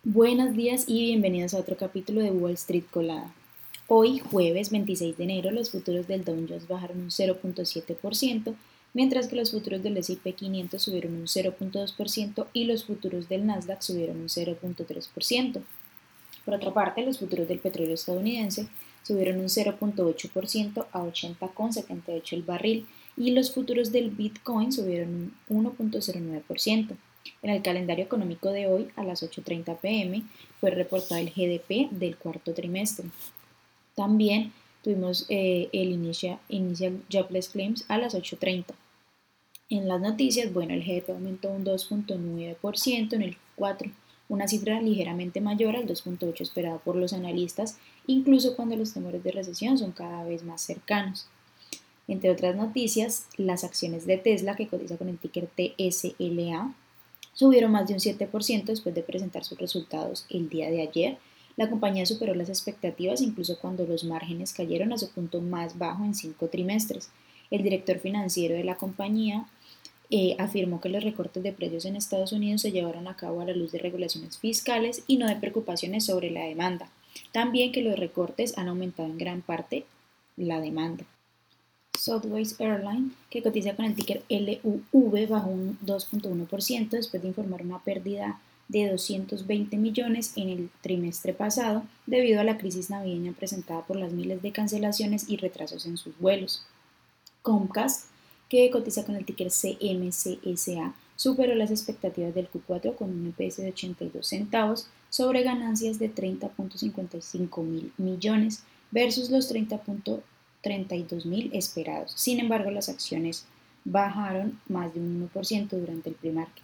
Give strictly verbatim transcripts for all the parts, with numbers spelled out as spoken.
Buenos días y bienvenidos a otro capítulo de Wall Street Colada. Hoy, jueves veintiséis de enero, los futuros del Dow Jones bajaron un cero punto siete por ciento, mientras que los futuros del S and P quinientos subieron un cero punto dos por ciento y los futuros del Nasdaq subieron un cero punto tres por ciento. Por otra parte, los futuros del petróleo estadounidense subieron un cero punto ocho por ciento a ochenta con setenta y ocho el barril y los futuros del Bitcoin subieron un uno punto cero nueve por ciento. En el calendario económico de hoy, a las ocho y treinta pm, fue reportado el G D P del cuarto trimestre. También tuvimos eh, el Initial, Initial Jobless Claims a las ocho y treinta. En las noticias, bueno, el G D P aumentó un dos punto nueve por ciento en el cuatro, una cifra ligeramente mayor al dos punto ocho por ciento esperado por los analistas, incluso cuando los temores de recesión son cada vez más cercanos. Entre otras noticias, las acciones de Tesla, que cotiza con el ticker T S L A, subieron más de un siete por ciento después de presentar sus resultados el día de ayer. La compañía superó las expectativas incluso cuando los márgenes cayeron a su punto más bajo en cinco trimestres. El director financiero de la compañía eh, afirmó que los recortes de precios en Estados Unidos se llevaron a cabo a la luz de regulaciones fiscales y no de preocupaciones sobre la demanda. También que los recortes han aumentado en gran parte la demanda. Southwest Airlines, que cotiza con el ticker L U V, bajó un dos punto uno por ciento después de informar una pérdida de doscientos veinte millones en el trimestre pasado debido a la crisis navideña presentada por las miles de cancelaciones y retrasos en sus vuelos. Comcast, que cotiza con el ticker C M C S A, superó las expectativas del Q cuatro con un E P S de ochenta y dos centavos sobre ganancias de treinta punto cincuenta y cinco mil millones versus los treinta punto treinta y dos mil esperados. Sin embargo, las acciones bajaron más de un uno por ciento durante el pre-market.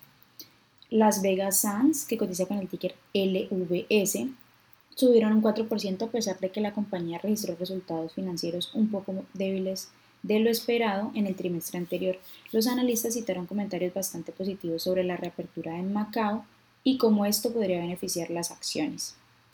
Las Vegas Sands, que cotiza con el ticker L V S, subieron un cuatro por ciento a pesar de que la compañía registró resultados financieros un poco débiles de lo esperado en el trimestre anterior. Los analistas citaron comentarios bastante positivos sobre la reapertura en Macao y cómo esto podría beneficiar las acciones.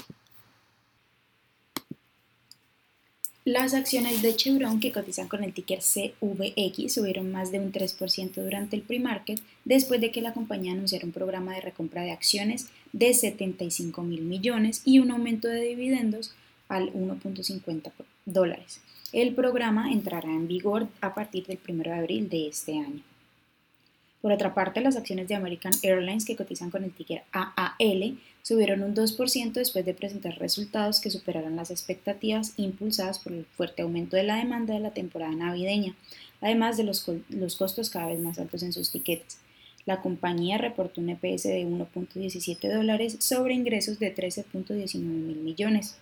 Las acciones de Chevron, que cotizan con el ticker C V X, subieron más de un tres por ciento durante el pre-market después de que la compañía anunciara un programa de recompra de acciones de setenta y cinco mil millones y un aumento de dividendos al uno punto cincuenta dólares. El programa entrará en vigor a partir del primero de abril de este año. Por otra parte, las acciones de American Airlines, que cotizan con el ticker A A L, subieron un dos por ciento después de presentar resultados que superaron las expectativas impulsadas por el fuerte aumento de la demanda de la temporada navideña, además de los, co los costos cada vez más altos en sus tiquetes. La compañía reportó un E P S de uno punto diecisiete dólares sobre ingresos de trece punto diecinueve mil millones.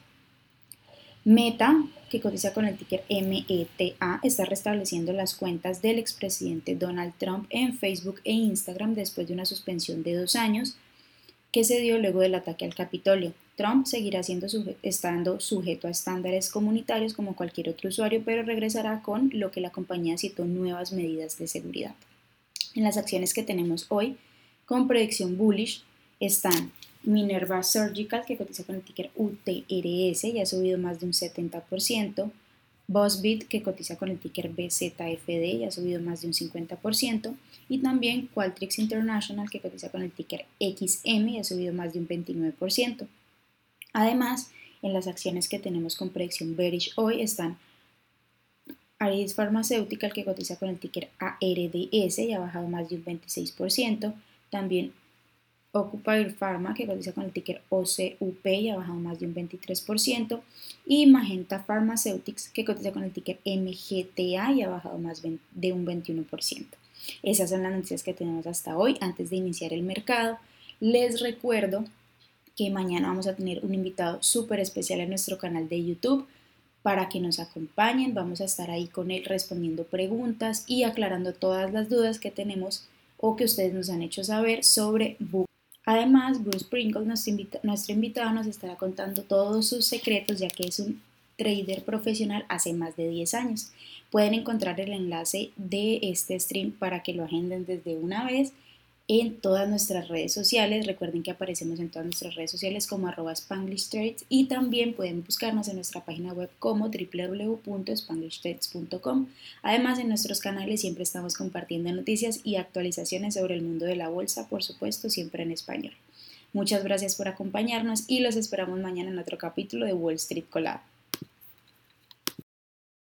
Meta, que cotiza con el ticker M E T A, está restableciendo las cuentas del expresidente Donald Trump en Facebook e Instagram después de una suspensión de dos años que se dio luego del ataque al Capitolio. Trump seguirá siendo suje estando sujeto a estándares comunitarios como cualquier otro usuario, pero regresará con lo que la compañía citó nuevas medidas de seguridad. En las acciones que tenemos hoy, con predicción bullish, están Minerva Surgical, que cotiza con el ticker U T R S y ha subido más de un setenta por ciento. BuzzFeed, que cotiza con el ticker B Z F D y ha subido más de un cincuenta por ciento. Y también Qualtrics International, que cotiza con el ticker X M y ha subido más de un veintinueve por ciento. Además, en las acciones que tenemos con predicción bearish hoy están Aridis Pharmaceutical, que cotiza con el ticker A R D S y ha bajado más de un veintiséis por ciento. También Occupy Pharma, que cotiza con el ticker O C U P y ha bajado más de un veintitrés por ciento, y Magenta Pharmaceutics, que cotiza con el ticker M G T A y ha bajado más de un veintiuno por ciento. Esas son las noticias que tenemos hasta hoy. Antes de iniciar el mercado, les recuerdo que mañana vamos a tener un invitado súper especial en nuestro canal de YouTube para que nos acompañen. Vamos a estar ahí con él respondiendo preguntas y aclarando todas las dudas que tenemos o que ustedes nos han hecho saber sobre Book. Además, Bruce Pringle, nuestro, invita nuestro invitado, nos estará contando todos sus secretos, ya que es un trader profesional hace más de diez años. Pueden encontrar el enlace de este stream para que lo agenden desde una vez en todas nuestras redes sociales. Recuerden que aparecemos en todas nuestras redes sociales como arroba Spanglish Trades y también pueden buscarnos en nuestra página web como w w w punto spanglish trades punto com. Además, en nuestros canales siempre estamos compartiendo noticias y actualizaciones sobre el mundo de la bolsa, por supuesto, siempre en español. Muchas gracias por acompañarnos y los esperamos mañana en otro capítulo de Wall Street Colada.